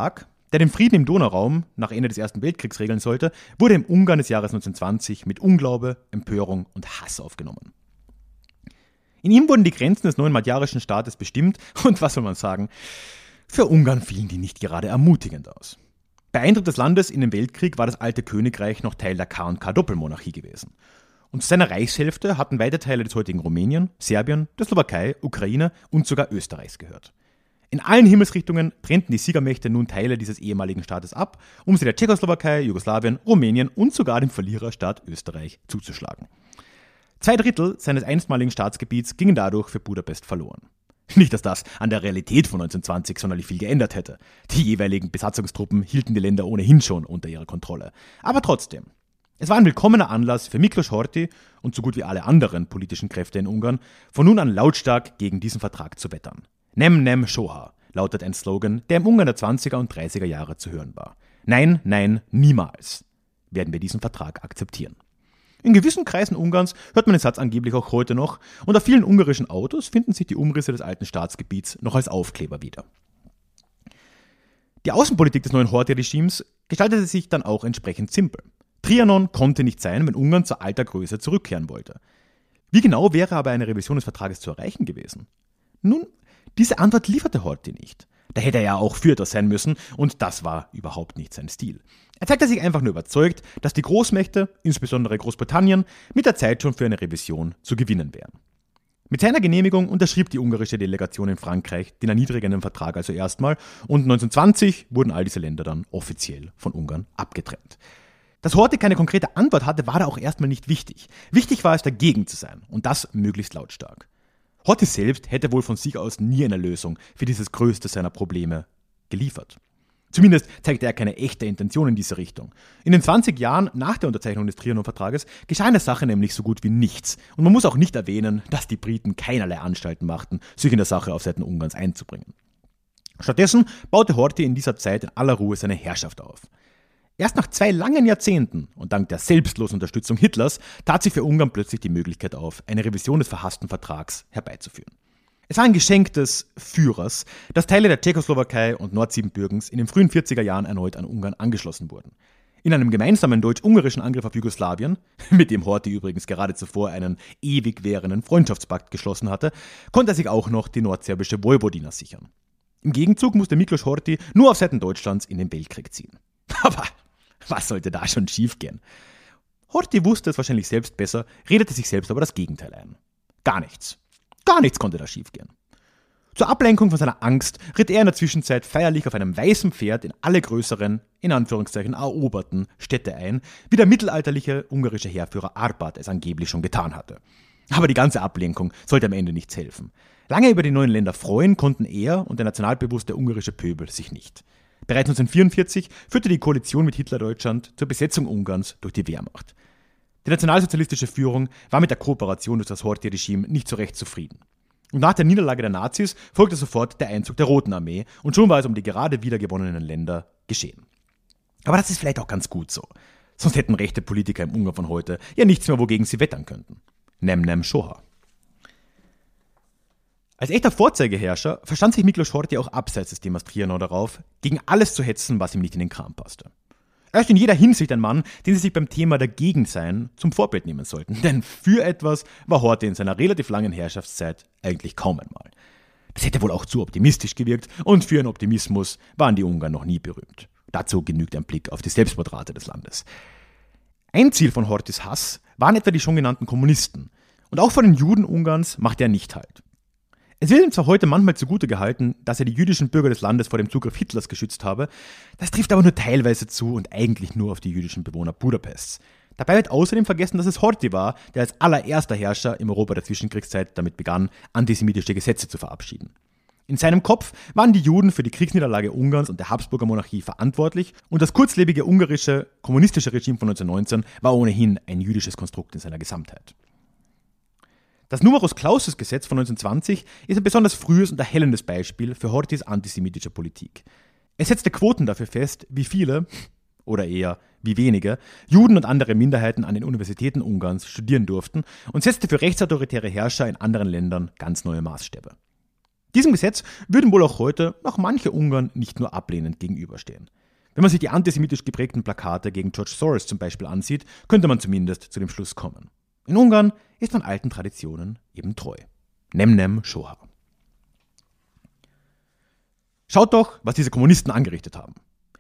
der den Frieden im Donauraum nach Ende des Ersten Weltkriegs regeln sollte, wurde im Ungarn des Jahres neunzehnhundertzwanzig mit Unglaube, Empörung und Hass aufgenommen. In ihm wurden die Grenzen des neuen magyarischen Staates bestimmt und was soll man sagen, für Ungarn fielen die nicht gerade ermutigend aus. Bei Eintritt des Landes in den Weltkrieg war das alte Königreich noch Teil der K und K-Doppelmonarchie gewesen. Und zu seiner Reichshälfte hatten weite Teile des heutigen Rumänien, Serbien, der Slowakei, Ukraine und sogar Österreichs gehört. In allen Himmelsrichtungen trennten die Siegermächte nun Teile dieses ehemaligen Staates ab, um sie der Tschechoslowakei, Jugoslawien, Rumänien und sogar dem Verliererstaat Österreich zuzuschlagen. Zwei Drittel seines einstmaligen Staatsgebiets gingen dadurch für Budapest verloren. Nicht, dass das an der Realität von neunzehnhundertzwanzig sonderlich viel geändert hätte. Die jeweiligen Besatzungstruppen hielten die Länder ohnehin schon unter ihrer Kontrolle. Aber trotzdem, es war ein willkommener Anlass für Miklos Horthy und so gut wie alle anderen politischen Kräfte in Ungarn, von nun an lautstark gegen diesen Vertrag zu wettern. Nem, nem, soha, lautet ein Slogan, der im Ungarn der zwanziger und dreißiger Jahre zu hören war. Nein, nein, niemals werden wir diesen Vertrag akzeptieren. In gewissen Kreisen Ungarns hört man den Satz angeblich auch heute noch und auf vielen ungarischen Autos finden sich die Umrisse des alten Staatsgebiets noch als Aufkleber wieder. Die Außenpolitik des neuen Horthy-Regimes gestaltete sich dann auch entsprechend simpel. Trianon konnte nicht sein, wenn Ungarn zur alter Größe zurückkehren wollte. Wie genau wäre aber eine Revision des Vertrages zu erreichen gewesen? Nun, diese Antwort lieferte Horthy nicht. Da hätte er ja auch für etwas sein müssen und das war überhaupt nicht sein Stil. Er zeigte sich einfach nur überzeugt, dass die Großmächte, insbesondere Großbritannien, mit der Zeit schon für eine Revision zu gewinnen wären. Mit seiner Genehmigung unterschrieb die ungarische Delegation in Frankreich den erniedrigenden Vertrag also erstmal und neunzehnhundertzwanzig wurden all diese Länder dann offiziell von Ungarn abgetrennt. Dass Horthy keine konkrete Antwort hatte, war da auch erstmal nicht wichtig. Wichtig war es, dagegen zu sein und das möglichst lautstark. Horthy selbst hätte wohl von sich aus nie eine Lösung für dieses größte seiner Probleme geliefert. Zumindest zeigte er keine echte Intention in diese Richtung. In den zwanzig Jahren nach der Unterzeichnung des Trianon-Vertrages geschah in der Sache nämlich so gut wie nichts. Und man muss auch nicht erwähnen, dass die Briten keinerlei Anstalten machten, sich in der Sache auf Seiten Ungarns einzubringen. Stattdessen baute Horthy in dieser Zeit in aller Ruhe seine Herrschaft auf. Erst nach zwei langen Jahrzehnten und dank der selbstlosen Unterstützung Hitlers tat sich für Ungarn plötzlich die Möglichkeit auf, eine Revision des verhassten Vertrags herbeizuführen. Es war ein Geschenk des Führers, dass Teile der Tschechoslowakei und Nordsiebenbürgens in den frühen vierziger Jahren erneut an Ungarn angeschlossen wurden. In einem gemeinsamen deutsch-ungarischen Angriff auf Jugoslawien, mit dem Horthy übrigens gerade zuvor einen ewig währenden Freundschaftspakt geschlossen hatte, konnte er sich auch noch die nordserbische Vojvodina sichern. Im Gegenzug musste Miklos Horthy nur auf Seiten Deutschlands in den Weltkrieg ziehen. Aber was sollte da schon schiefgehen? Horthy wusste es wahrscheinlich selbst besser, redete sich selbst aber das Gegenteil ein. Gar nichts. Gar nichts konnte da schiefgehen. Zur Ablenkung von seiner Angst ritt er in der Zwischenzeit feierlich auf einem weißen Pferd in alle größeren, in Anführungszeichen eroberten Städte ein, wie der mittelalterliche ungarische Heerführer Arpad es angeblich schon getan hatte. Aber die ganze Ablenkung sollte am Ende nichts helfen. Lange über die neuen Länder freuen konnten er und der nationalbewusste ungarische Pöbel sich nicht. Bereits neunzehnhundertvierundvierzig führte die Koalition mit Hitlerdeutschland zur Besetzung Ungarns durch die Wehrmacht. Die nationalsozialistische Führung war mit der Kooperation durch das Horthy-Regime nicht so recht zufrieden. Und nach der Niederlage der Nazis folgte sofort der Einzug der Roten Armee und schon war es um die gerade wiedergewonnenen Länder geschehen. Aber das ist vielleicht auch ganz gut so. Sonst hätten rechte Politiker im Ungarn von heute ja nichts mehr, wogegen sie wettern könnten. Nem, nem, soha. Als echter Vorzeigeherrscher verstand sich Miklos Horthy auch abseits des Themas Trianon darauf, gegen alles zu hetzen, was ihm nicht in den Kram passte. Er ist in jeder Hinsicht ein Mann, den sie sich beim Thema Dagegensein zum Vorbild nehmen sollten. Denn für etwas war Horthy in seiner relativ langen Herrschaftszeit eigentlich kaum einmal. Das hätte wohl auch zu optimistisch gewirkt und für ihren Optimismus waren die Ungarn noch nie berühmt. Dazu genügt ein Blick auf die Selbstporträte des Landes. Ein Ziel von Horthys Hass waren etwa die schon genannten Kommunisten. Und auch vor den Juden Ungarns machte er nicht Halt. Es wird ihm zwar heute manchmal zugute gehalten, dass er die jüdischen Bürger des Landes vor dem Zugriff Hitlers geschützt habe, das trifft aber nur teilweise zu und eigentlich nur auf die jüdischen Bewohner Budapests. Dabei wird außerdem vergessen, dass es Horthy war, der als allererster Herrscher im Europa der Zwischenkriegszeit damit begann, antisemitische Gesetze zu verabschieden. In seinem Kopf waren die Juden für die Kriegsniederlage Ungarns und der Habsburger Monarchie verantwortlich und das kurzlebige ungarische kommunistische Regime von neunzehnhundertneunzehn war ohnehin ein jüdisches Konstrukt in seiner Gesamtheit. Das Numerus-Clausus-Gesetz von neunzehnhundertzwanzig ist ein besonders frühes und erhellendes Beispiel für Horthys antisemitische Politik. Es setzte Quoten dafür fest, wie viele, oder eher wie wenige, Juden und andere Minderheiten an den Universitäten Ungarns studieren durften und setzte für rechtsautoritäre Herrscher in anderen Ländern ganz neue Maßstäbe. Diesem Gesetz würden wohl auch heute noch manche Ungarn nicht nur ablehnend gegenüberstehen. Wenn man sich die antisemitisch geprägten Plakate gegen George Soros zum Beispiel ansieht, könnte man zumindest zu dem Schluss kommen. In Ungarn ist man alten Traditionen eben treu. Nem nem Soha. Schaut doch, was diese Kommunisten angerichtet haben.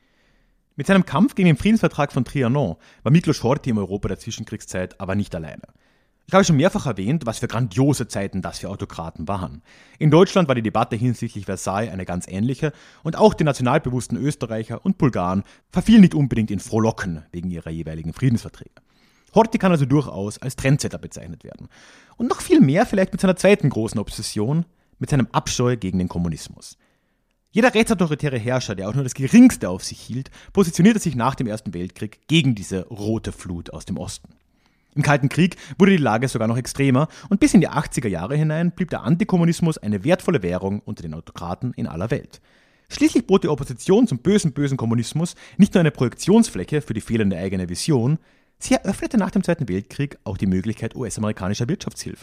Mit seinem Kampf gegen den Friedensvertrag von Trianon war Miklos Horthy im Europa der Zwischenkriegszeit aber nicht alleine. Ich habe schon mehrfach erwähnt, was für grandiose Zeiten das für Autokraten waren. In Deutschland war die Debatte hinsichtlich Versailles eine ganz ähnliche und auch die nationalbewussten Österreicher und Bulgaren verfielen nicht unbedingt in Frohlocken wegen ihrer jeweiligen Friedensverträge. Horthy kann also durchaus als Trendsetter bezeichnet werden. Und noch viel mehr vielleicht mit seiner zweiten großen Obsession, mit seinem Abscheu gegen den Kommunismus. Jeder rechtsautoritäre Herrscher, der auch nur das Geringste auf sich hielt, positionierte sich nach dem Ersten Weltkrieg gegen diese rote Flut aus dem Osten. Im Kalten Krieg wurde die Lage sogar noch extremer und bis in die achtziger Jahre hinein blieb der Antikommunismus eine wertvolle Währung unter den Autokraten in aller Welt. Schließlich bot die Opposition zum bösen, bösen Kommunismus nicht nur eine Projektionsfläche für die fehlende eigene Vision, sie eröffnete nach dem Zweiten Weltkrieg auch die Möglichkeit U S-amerikanischer Wirtschaftshilfe.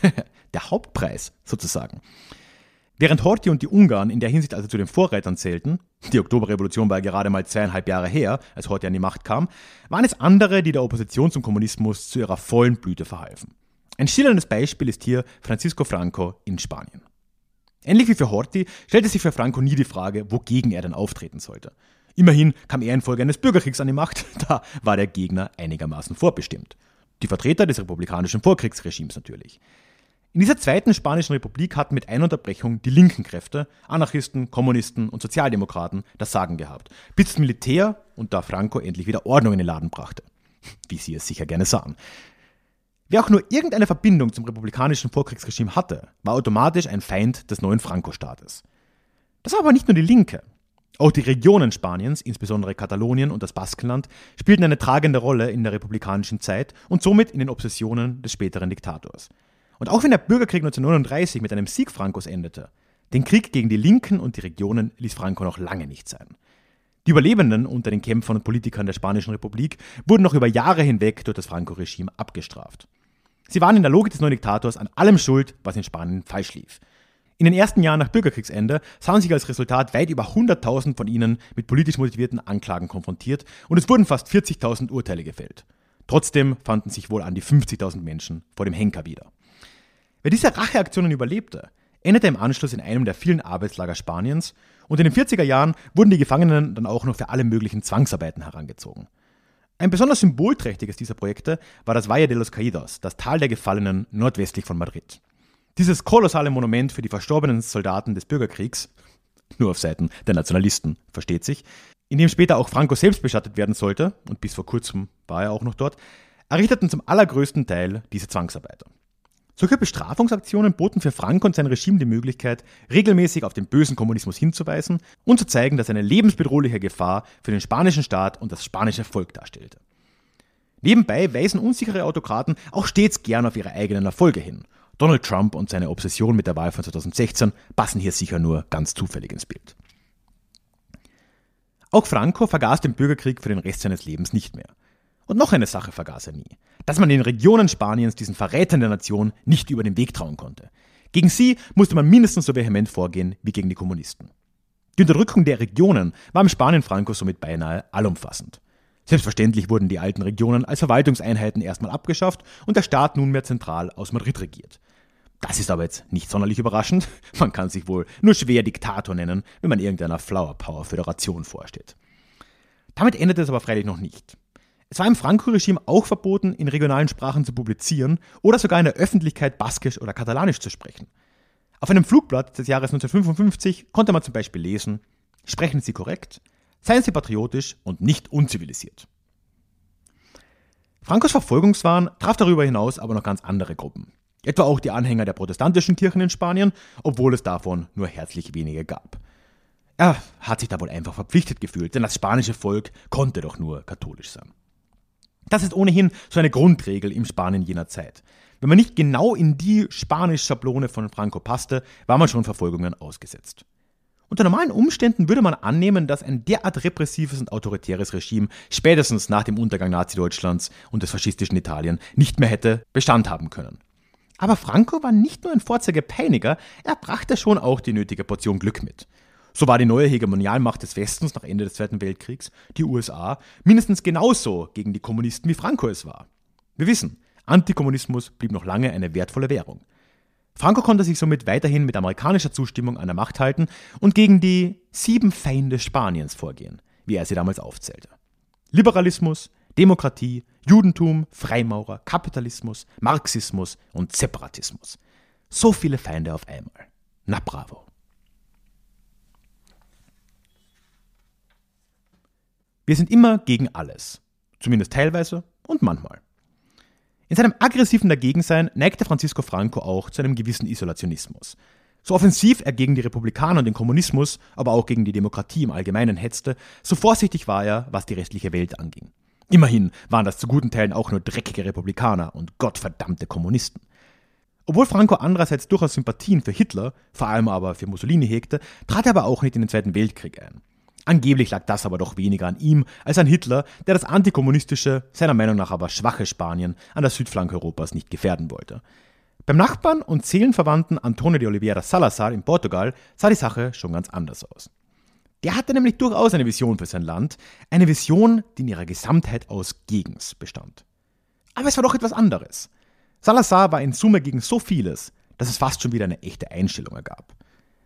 Der Hauptpreis sozusagen. Während Horthy und die Ungarn in der Hinsicht also zu den Vorreitern zählten, die Oktoberrevolution war ja gerade mal zweieinhalb Jahre her, als Horthy an die Macht kam, waren es andere, die der Opposition zum Kommunismus zu ihrer vollen Blüte verhalfen. Ein schillerndes Beispiel ist hier Francisco Franco in Spanien. Ähnlich wie für Horthy stellte sich für Franco nie die Frage, wogegen er denn auftreten sollte. Immerhin kam er infolge eines Bürgerkriegs an die Macht, da war der Gegner einigermaßen vorbestimmt. Die Vertreter des republikanischen Vorkriegsregimes natürlich. In dieser zweiten Spanischen Republik hatten mit einer Unterbrechung die linken Kräfte, Anarchisten, Kommunisten und Sozialdemokraten das Sagen gehabt, bis das Militär und da Franco endlich wieder Ordnung in den Laden brachte. Wie sie es sicher gerne sahen. Wer auch nur irgendeine Verbindung zum republikanischen Vorkriegsregime hatte, war automatisch ein Feind des neuen Franco-Staates. Das war aber nicht nur die Linke. Auch die Regionen Spaniens, insbesondere Katalonien und das Baskenland, spielten eine tragende Rolle in der republikanischen Zeit und somit in den Obsessionen des späteren Diktators. Und auch wenn der Bürgerkrieg neunzehnhundertneununddreißig mit einem Sieg Francos endete, den Krieg gegen die Linken und die Regionen ließ Franco noch lange nicht sein. Die Überlebenden unter den Kämpfern und Politikern der Spanischen Republik wurden noch über Jahre hinweg durch das Franco-Regime abgestraft. Sie waren in der Logik des neuen Diktators an allem schuld, was in Spanien falsch lief. In den ersten Jahren nach Bürgerkriegsende sahen sich als Resultat weit über hunderttausend von ihnen mit politisch motivierten Anklagen konfrontiert und es wurden fast vierzigtausend Urteile gefällt. Trotzdem fanden sich wohl an die fünfzigtausend Menschen vor dem Henker wieder. Wer diese Racheaktionen überlebte, endete im Anschluss in einem der vielen Arbeitslager Spaniens und in den vierziger Jahren wurden die Gefangenen dann auch noch für alle möglichen Zwangsarbeiten herangezogen. Ein besonders symbolträchtiges dieser Projekte war das Valle de los Caídos, das Tal der Gefallenen nordwestlich von Madrid. Dieses kolossale Monument für die verstorbenen Soldaten des Bürgerkriegs, nur auf Seiten der Nationalisten, versteht sich, in dem später auch Franco selbst bestattet werden sollte, und bis vor kurzem war er auch noch dort, errichteten zum allergrößten Teil diese Zwangsarbeiter. Solche Bestrafungsaktionen boten für Franco und sein Regime die Möglichkeit, regelmäßig auf den bösen Kommunismus hinzuweisen und zu zeigen, dass er eine lebensbedrohliche Gefahr für den spanischen Staat und das spanische Volk darstellte. Nebenbei weisen unsichere Autokraten auch stets gern auf ihre eigenen Erfolge hin. Donald Trump und seine Obsession mit der Wahl von zweitausendsechzehn passen hier sicher nur ganz zufällig ins Bild. Auch Franco vergaß den Bürgerkrieg für den Rest seines Lebens nicht mehr. Und noch eine Sache vergaß er nie, dass man den Regionen Spaniens diesen Verrätern der Nation nicht über den Weg trauen konnte. Gegen sie musste man mindestens so vehement vorgehen wie gegen die Kommunisten. Die Unterdrückung der Regionen war im Spanien Francos somit beinahe allumfassend. Selbstverständlich wurden die alten Regionen als Verwaltungseinheiten erstmal abgeschafft und der Staat nunmehr zentral aus Madrid regiert. Das ist aber jetzt nicht sonderlich überraschend. Man kann sich wohl nur schwer Diktator nennen, wenn man irgendeiner Flower-Power-Föderation vorsteht. Damit endete es aber freilich noch nicht. Es war im Franco-Regime auch verboten, in regionalen Sprachen zu publizieren oder sogar in der Öffentlichkeit Baskisch oder Katalanisch zu sprechen. Auf einem Flugblatt des Jahres neunzehnhundertfünfundfünfzig konnte man zum Beispiel lesen: Sprechen Sie korrekt, seien Sie patriotisch und nicht unzivilisiert. Francos Verfolgungswahn traf darüber hinaus aber noch ganz andere Gruppen. Etwa auch die Anhänger der protestantischen Kirchen in Spanien, obwohl es davon nur herzlich wenige gab. Er hat sich da wohl einfach verpflichtet gefühlt, denn das spanische Volk konnte doch nur katholisch sein. Das ist ohnehin so eine Grundregel im Spanien jener Zeit. Wenn man nicht genau in die Spanisch-Schablone von Franco passte, war man schon Verfolgungen ausgesetzt. Unter normalen Umständen würde man annehmen, dass ein derart repressives und autoritäres Regime spätestens nach dem Untergang Nazi-Deutschlands und des faschistischen Italien nicht mehr hätte Bestand haben können. Aber Franco war nicht nur ein Vorzeigepeiniger, er brachte schon auch die nötige Portion Glück mit. So war die neue Hegemonialmacht des Westens nach Ende des Zweiten Weltkriegs, die U S A, mindestens genauso gegen die Kommunisten wie Franco es war. Wir wissen, Antikommunismus blieb noch lange eine wertvolle Währung. Franco konnte sich somit weiterhin mit amerikanischer Zustimmung an der Macht halten und gegen die sieben Feinde Spaniens vorgehen, wie er sie damals aufzählte. Liberalismus, Demokratie, Judentum, Freimaurer, Kapitalismus, Marxismus und Separatismus. So viele Feinde auf einmal. Na bravo. Wir sind immer gegen alles. Zumindest teilweise und manchmal. In seinem aggressiven Dagegensein neigte Francisco Franco auch zu einem gewissen Isolationismus. So offensiv er gegen die Republikaner und den Kommunismus, aber auch gegen die Demokratie im Allgemeinen hetzte, so vorsichtig war er, was die restliche Welt anging. Immerhin waren das zu guten Teilen auch nur dreckige Republikaner und gottverdammte Kommunisten. Obwohl Franco andererseits durchaus Sympathien für Hitler, vor allem aber für Mussolini hegte, trat er aber auch nicht in den Zweiten Weltkrieg ein. Angeblich lag das aber doch weniger an ihm als an Hitler, der das antikommunistische, seiner Meinung nach aber schwache Spanien an der Südflanke Europas nicht gefährden wollte. Beim Nachbarn und Seelenverwandten Antonio de Oliveira Salazar in Portugal sah die Sache schon ganz anders aus. Der hatte nämlich durchaus eine Vision für sein Land, eine Vision, die in ihrer Gesamtheit aus Gegens bestand. Aber es war doch etwas anderes. Salazar war in Summe gegen so vieles, dass es fast schon wieder eine echte Einstellung ergab.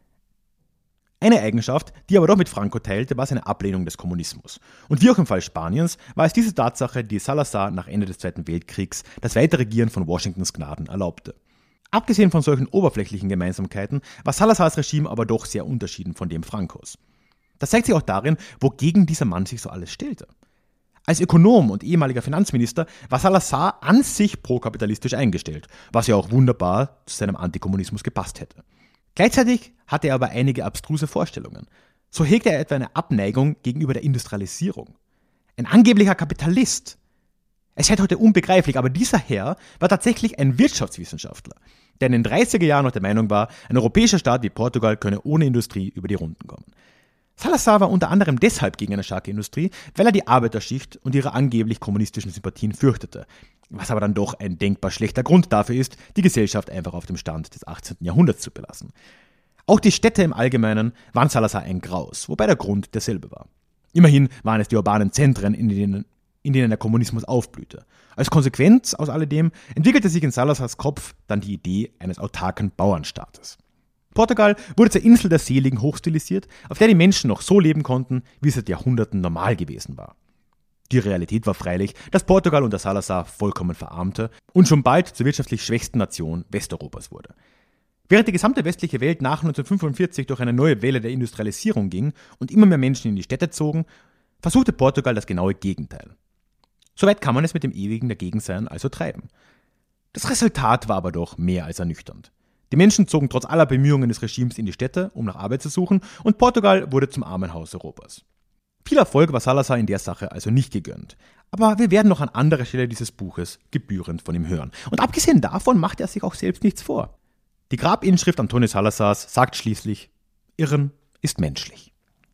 Eine Eigenschaft, die er aber doch mit Franco teilte, war seine Ablehnung des Kommunismus. Und wie auch im Fall Spaniens war es diese Tatsache, die Salazar nach Ende des Zweiten Weltkriegs das Weiterregieren von Washingtons Gnaden erlaubte. Abgesehen von solchen oberflächlichen Gemeinsamkeiten war Salazars Regime aber doch sehr unterschieden von dem Francos. Das zeigt sich auch darin, wogegen dieser Mann sich so alles stellte. Als Ökonom und ehemaliger Finanzminister war Salazar an sich prokapitalistisch eingestellt, was ja auch wunderbar zu seinem Antikommunismus gepasst hätte. Gleichzeitig hatte er aber einige abstruse Vorstellungen. So hegte er etwa eine Abneigung gegenüber der Industrialisierung. Ein angeblicher Kapitalist. Es scheint heute unbegreiflich, aber dieser Herr war tatsächlich ein Wirtschaftswissenschaftler, der in den dreißiger Jahren noch der Meinung war, ein europäischer Staat wie Portugal könne ohne Industrie über die Runden kommen. Salazar war unter anderem deshalb gegen eine starke Industrie, weil er die Arbeiterschicht und ihre angeblich kommunistischen Sympathien fürchtete, was aber dann doch ein denkbar schlechter Grund dafür ist, die Gesellschaft einfach auf dem Stand des achtzehnten Jahrhunderts zu belassen. Auch die Städte im Allgemeinen waren Salazar ein Graus, wobei der Grund derselbe war. Immerhin waren es die urbanen Zentren, in denen, in denen der Kommunismus aufblühte. Als Konsequenz aus alledem entwickelte sich in Salazars Kopf dann die Idee eines autarken Bauernstaates. Portugal wurde zur Insel der Seligen hochstilisiert, auf der die Menschen noch so leben konnten, wie es seit Jahrhunderten normal gewesen war. Die Realität war freilich, dass Portugal unter Salazar vollkommen verarmte und schon bald zur wirtschaftlich schwächsten Nation Westeuropas wurde. Während die gesamte westliche Welt nach neunzehnhundertfünfundvierzig durch eine neue Welle der Industrialisierung ging und immer mehr Menschen in die Städte zogen, versuchte Portugal das genaue Gegenteil. Soweit kann man es mit dem ewigen Dagegensein also treiben. Das Resultat war aber doch mehr als ernüchternd. Die Menschen zogen trotz aller Bemühungen des Regimes in die Städte, um nach Arbeit zu suchen, und Portugal wurde zum Armenhaus Europas. Viel Erfolg war Salazar in der Sache also nicht gegönnt. Aber wir werden noch an anderer Stelle dieses Buches gebührend von ihm hören. Und abgesehen davon macht er sich auch selbst nichts vor. Die Grabinschrift Antonio Salazars sagt schließlich, Irren ist menschlich.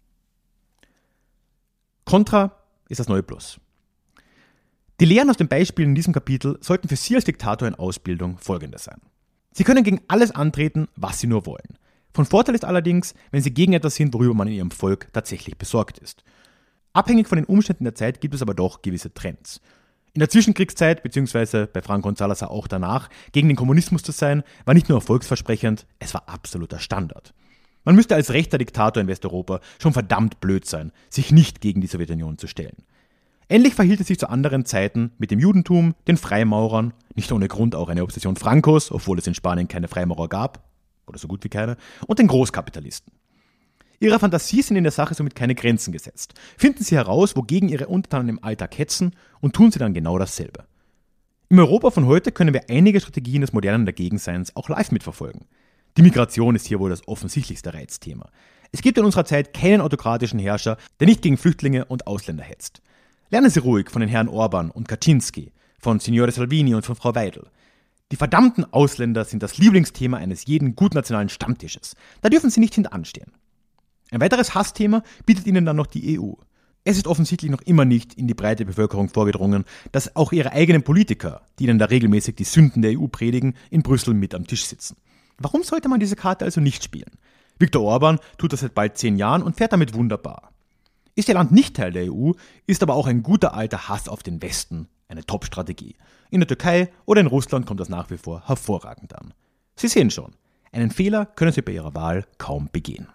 Contra ist das neue Plus. Die Lehren aus den Beispielen in diesem Kapitel sollten für Sie als Diktator in Ausbildung folgende sein. Sie können gegen alles antreten, was Sie nur wollen. Von Vorteil ist allerdings, wenn Sie gegen etwas sind, worüber man in Ihrem Volk tatsächlich besorgt ist. Abhängig von den Umständen der Zeit gibt es aber doch gewisse Trends. In der Zwischenkriegszeit, beziehungsweise bei Franco und Salazar auch danach, gegen den Kommunismus zu sein, war nicht nur erfolgsversprechend, es war absoluter Standard. Man müsste als rechter Diktator in Westeuropa schon verdammt blöd sein, sich nicht gegen die Sowjetunion zu stellen. Ähnlich verhielt es sich zu anderen Zeiten mit dem Judentum, den Freimaurern, nicht ohne Grund auch eine Obsession Francos, obwohl es in Spanien keine Freimaurer gab, oder so gut wie keine, und den Großkapitalisten. Ihrer Fantasie sind in der Sache somit keine Grenzen gesetzt. Finden Sie heraus, wogegen Ihre Untertanen im Alltag hetzen, und tun Sie dann genau dasselbe. Im Europa von heute können wir einige Strategien des modernen Dagegenseins auch live mitverfolgen. Die Migration ist hier wohl das offensichtlichste Reizthema. Es gibt in unserer Zeit keinen autokratischen Herrscher, der nicht gegen Flüchtlinge und Ausländer hetzt. Lernen Sie ruhig von den Herren Orban und Kaczynski, von Signore Salvini und von Frau Weidel. Die verdammten Ausländer sind das Lieblingsthema eines jeden gutnationalen Stammtisches. Da dürfen Sie nicht hintanstehen. Ein weiteres Hassthema bietet Ihnen dann noch die E U. Es ist offensichtlich noch immer nicht in die breite Bevölkerung vorgedrungen, dass auch Ihre eigenen Politiker, die Ihnen da regelmäßig die Sünden der E U predigen, in Brüssel mit am Tisch sitzen. Warum sollte man diese Karte also nicht spielen? Viktor Orban tut das seit bald zehn Jahren und fährt damit wunderbar. Ist ihr Land nicht Teil der E U, ist aber auch ein guter alter Hass auf den Westen eine Top-Strategie. In der Türkei oder in Russland kommt das nach wie vor hervorragend an. Sie sehen schon, einen Fehler können Sie bei Ihrer Wahl kaum begehen.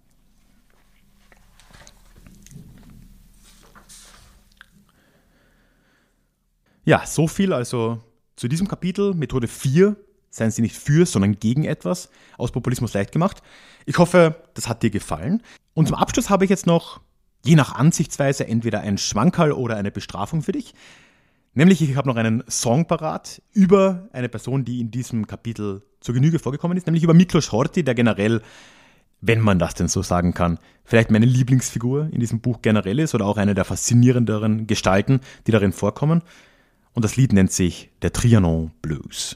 Ja, so viel also zu diesem Kapitel, Methode vier. Seien Sie nicht für, sondern gegen etwas. Aus Populismus leicht gemacht. Ich hoffe, das hat dir gefallen. Und zum Abschluss habe ich jetzt noch, je nach Ansichtsweise, entweder ein Schmankerl oder eine Bestrafung für dich. Nämlich, ich habe noch einen Song parat über eine Person, die in diesem Kapitel zur Genüge vorgekommen ist, nämlich über Miklos Horthy, der generell, wenn man das denn so sagen kann, vielleicht meine Lieblingsfigur in diesem Buch generell ist oder auch eine der faszinierenderen Gestalten, die darin vorkommen. Und das Lied nennt sich der Trianon Blues.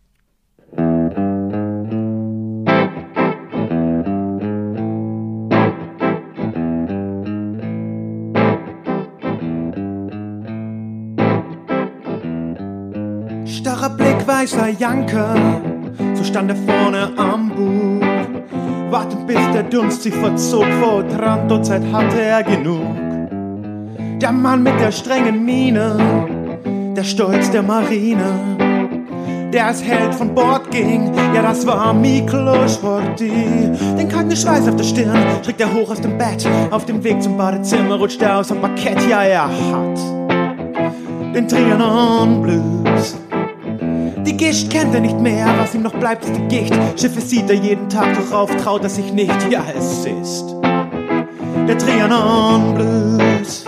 Starrer Blick, weißer Janker, so stand er vorne am Bug. Wartend bis der Dunst sich verzog, vor Otranto-Zeit hatte er genug. Der Mann mit der strengen Miene, der Stolz der Marine, der als Held von Bord ging, ja das war Miklos Horthy. Den kalten Schweiß auf der Stirn trägt er hoch aus dem Bett, auf dem Weg zum Badezimmer rutscht er aus dem Parkett, ja er hat den Trianon Blues. Die Gischt kennt er nicht mehr, was ihm noch bleibt ist die Gicht. Schiffe sieht er jeden Tag, doch auf traut er sich nicht, ja es ist der Trianon Blues.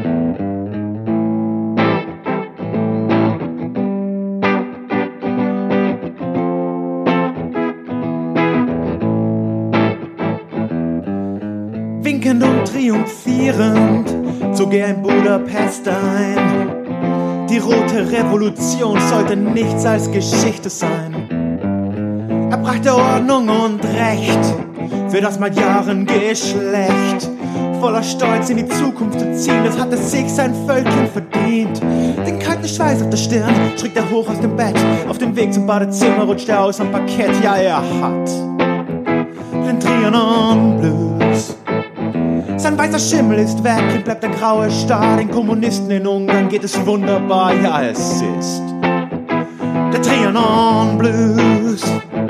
Winkend und triumphierend zog er in Budapest ein. Die rote Revolution sollte nichts als Geschichte sein. Er brachte Ordnung und Recht für das Magyarengeschlecht. Voller Stolz in die Zukunft zu ziehen, das hatte sich sein Völkchen verdient. Den kalten Schweiß auf der Stirn schreckt er hoch aus dem Bett. Auf dem Weg zum Badezimmer rutscht er aus am Parkett, ja er hat den Trianon Blues. Sein weißer Schimmel ist weg, ihm bleibt der graue Star. Den Kommunisten in Ungarn geht es wunderbar, ja es ist der Trianon Blues.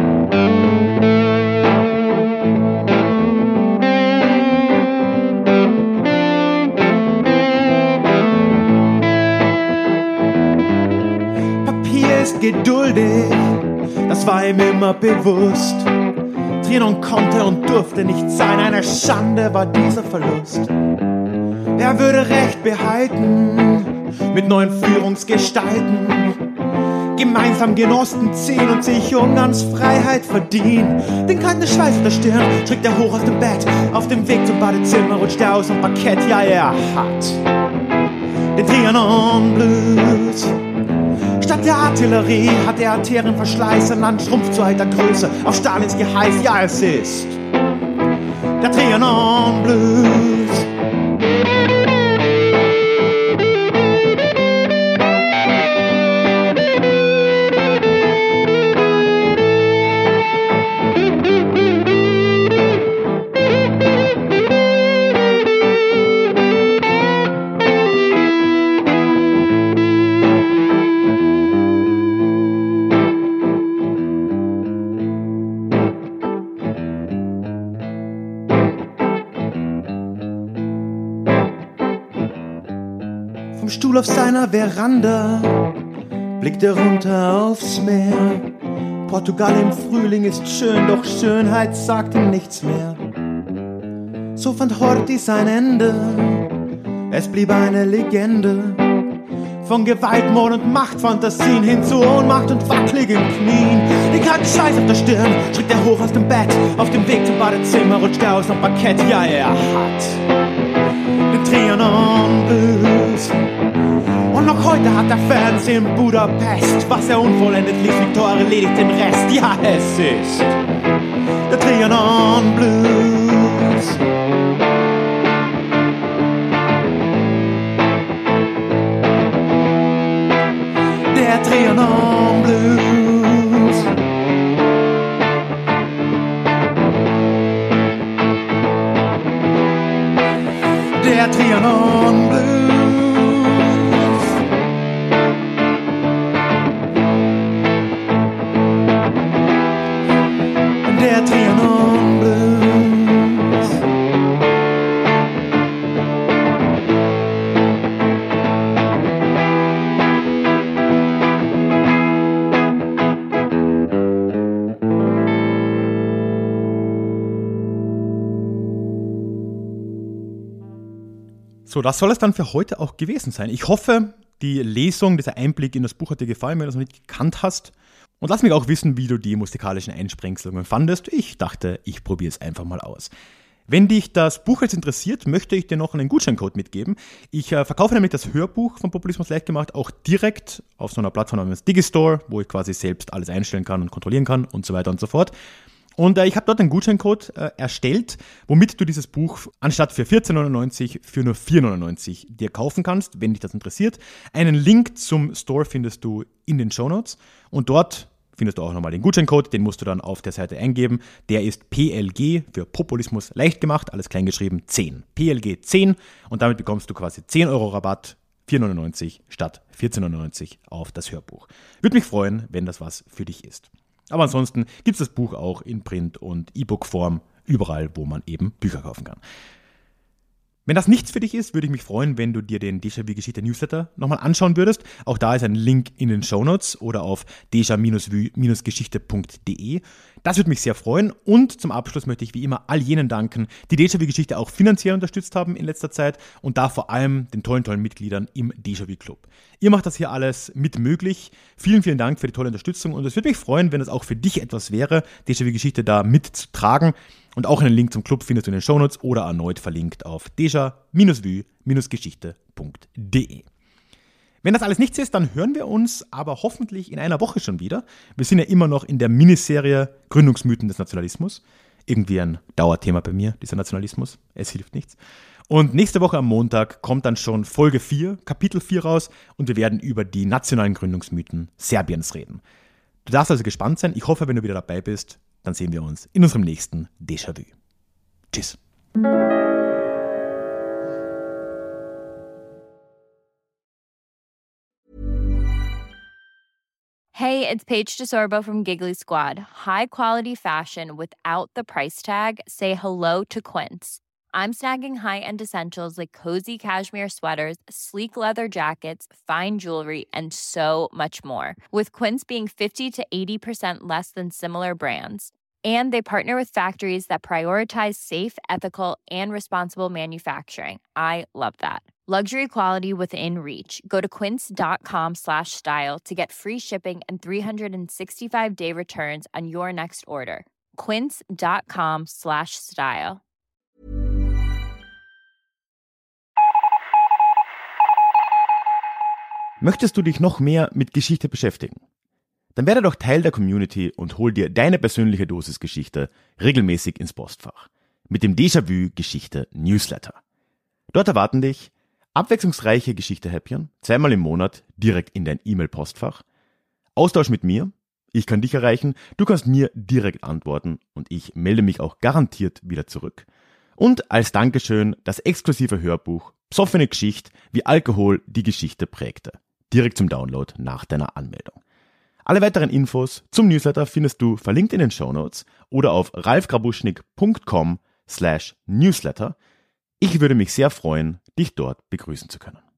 Papier ist geduldig, das war ihm immer bewusst. Trianon konnte und durfte nicht sein, eine Schande war dieser Verlust. Er würde Recht behalten mit neuen Führungsgestalten, gemeinsam Genossen ziehen und sich Ungarns Freiheit verdienen. Den kalten Schweiß auf der Stirn trägt er hoch aus dem Bett, auf dem Weg zum Badezimmer rutscht er aus dem Parkett, ja er hat den Trianon Blues. Statt der Artillerie hat der Arterienverschleiß, ein Land schrumpft zu alter Größe, auf Stalins Geheiß, ja es ist der Trianon Blues. Stuhl auf seiner Veranda blickt er runter aufs Meer. Portugal im Frühling ist schön, doch Schönheit sagt ihm nichts mehr. So fand Horthy sein Ende, es blieb eine Legende. Von Gewalt, Mord und Machtfantasien hin zu Ohnmacht und wackeligen Knien. Den kalten Schweiß auf der Stirn schreckt er hoch aus dem Bett. Auf dem Weg zum Badezimmer rutscht er aus dem Parkett, ja er hat den Trianon Blues. Und noch heute hat der Fernsehen in Budapest, was er unvollendet ließ, Viktor erledigt den Rest. Ja, es ist der Trianon Blues. Der Trianon Blues. Der Trianon Blues. Der Trianon Blues. So, das soll es dann für heute auch gewesen sein. Ich hoffe, die Lesung, dieser Einblick in das Buch hat dir gefallen, wenn du es noch nicht gekannt hast. Und lass mich auch wissen, wie du die musikalischen Einsprengselungen fandest. Ich dachte, ich probiere es einfach mal aus. Wenn dich das Buch jetzt interessiert, möchte ich dir noch einen Gutscheincode mitgeben. Ich äh, verkaufe nämlich das Hörbuch von Populismus leicht gemacht auch direkt auf so einer Plattform namens Digistore, wo ich quasi selbst alles einstellen kann und kontrollieren kann und so weiter und so fort. Und äh, ich habe dort einen Gutscheincode äh, erstellt, womit du dieses Buch anstatt für vierzehn neunundneunzig für nur vier neunundneunzig dir kaufen kannst, wenn dich das interessiert. Einen Link zum Store findest du in den Shownotes und dort findest du auch nochmal den Gutscheincode, den musst du dann auf der Seite eingeben. Der ist P L G für Populismus leicht gemacht, alles kleingeschrieben, zehn. P L G zehn und damit bekommst du quasi zehn Euro Rabatt, vier neunundneunzig statt vierzehn neunundneunzig auf das Hörbuch. Würde mich freuen, wenn das was für dich ist. Aber ansonsten gibt es das Buch auch in Print- und E-Book-Form, überall, wo man eben Bücher kaufen kann. Wenn das nichts für dich ist, würde ich mich freuen, wenn du dir den Déjà-vu-Geschichte-Newsletter nochmal anschauen würdest. Auch da ist ein Link in den Shownotes oder auf deja vu geschichte punkt de. Das würde mich sehr freuen. Und zum Abschluss möchte ich wie immer all jenen danken, die Déjà-vu-Geschichte auch finanziell unterstützt haben in letzter Zeit und da vor allem den tollen, tollen Mitgliedern im Déjà-vu-Club. Ihr macht das hier alles mit möglich. Vielen, vielen Dank für die tolle Unterstützung und es würde mich freuen, wenn es auch für dich etwas wäre, Déjà-vu-Geschichte da mitzutragen. Und auch einen Link zum Club findest du in den Shownotes oder erneut verlinkt auf deja vu geschichte punkt de. Wenn das alles nichts ist, dann hören wir uns aber hoffentlich in einer Woche schon wieder. Wir sind ja immer noch in der Miniserie Gründungsmythen des Nationalismus. Irgendwie ein Dauerthema bei mir, dieser Nationalismus. Es hilft nichts. Und nächste Woche am Montag kommt dann schon Folge vier, Kapitel vier raus und wir werden über die nationalen Gründungsmythen Serbiens reden. Du darfst also gespannt sein. Ich hoffe, wenn du wieder dabei bist, dann sehen wir uns in unserem nächsten Déjà-vu. Tschüss. Hey, it's Paige DeSorbo from Giggly Squad. High quality fashion without the price tag. Say hello to Quince. I'm snagging high-end essentials like cozy cashmere sweaters, sleek leather jackets, fine jewelry, and so much more. With Quince being fifty to eighty percent less than similar brands. And they partner with factories that prioritize safe, ethical, and responsible manufacturing. I love that. Luxury quality within reach. Go to quince.com slash style to get free shipping and three sixty-five day returns on your next order. Quince.com slash style. Möchtest du dich noch mehr mit Geschichte beschäftigen? Dann werde doch Teil der Community und hol dir deine persönliche Dosis Geschichte regelmäßig ins Postfach. Mit dem Déjà-vu Geschichte Newsletter. Dort erwarten dich abwechslungsreiche Geschichte-Häppchen, zweimal im Monat direkt in dein E-Mail-Postfach. Austausch mit mir, ich kann dich erreichen, du kannst mir direkt antworten und ich melde mich auch garantiert wieder zurück. Und als Dankeschön das exklusive Hörbuch Psoffene Geschichte, wie Alkohol die Geschichte prägte. Direkt zum Download nach deiner Anmeldung. Alle weiteren Infos zum Newsletter findest du verlinkt in den Shownotes oder auf ralfgrabuschnik.com slash newsletter. Ich würde mich sehr freuen, dich dort begrüßen zu können.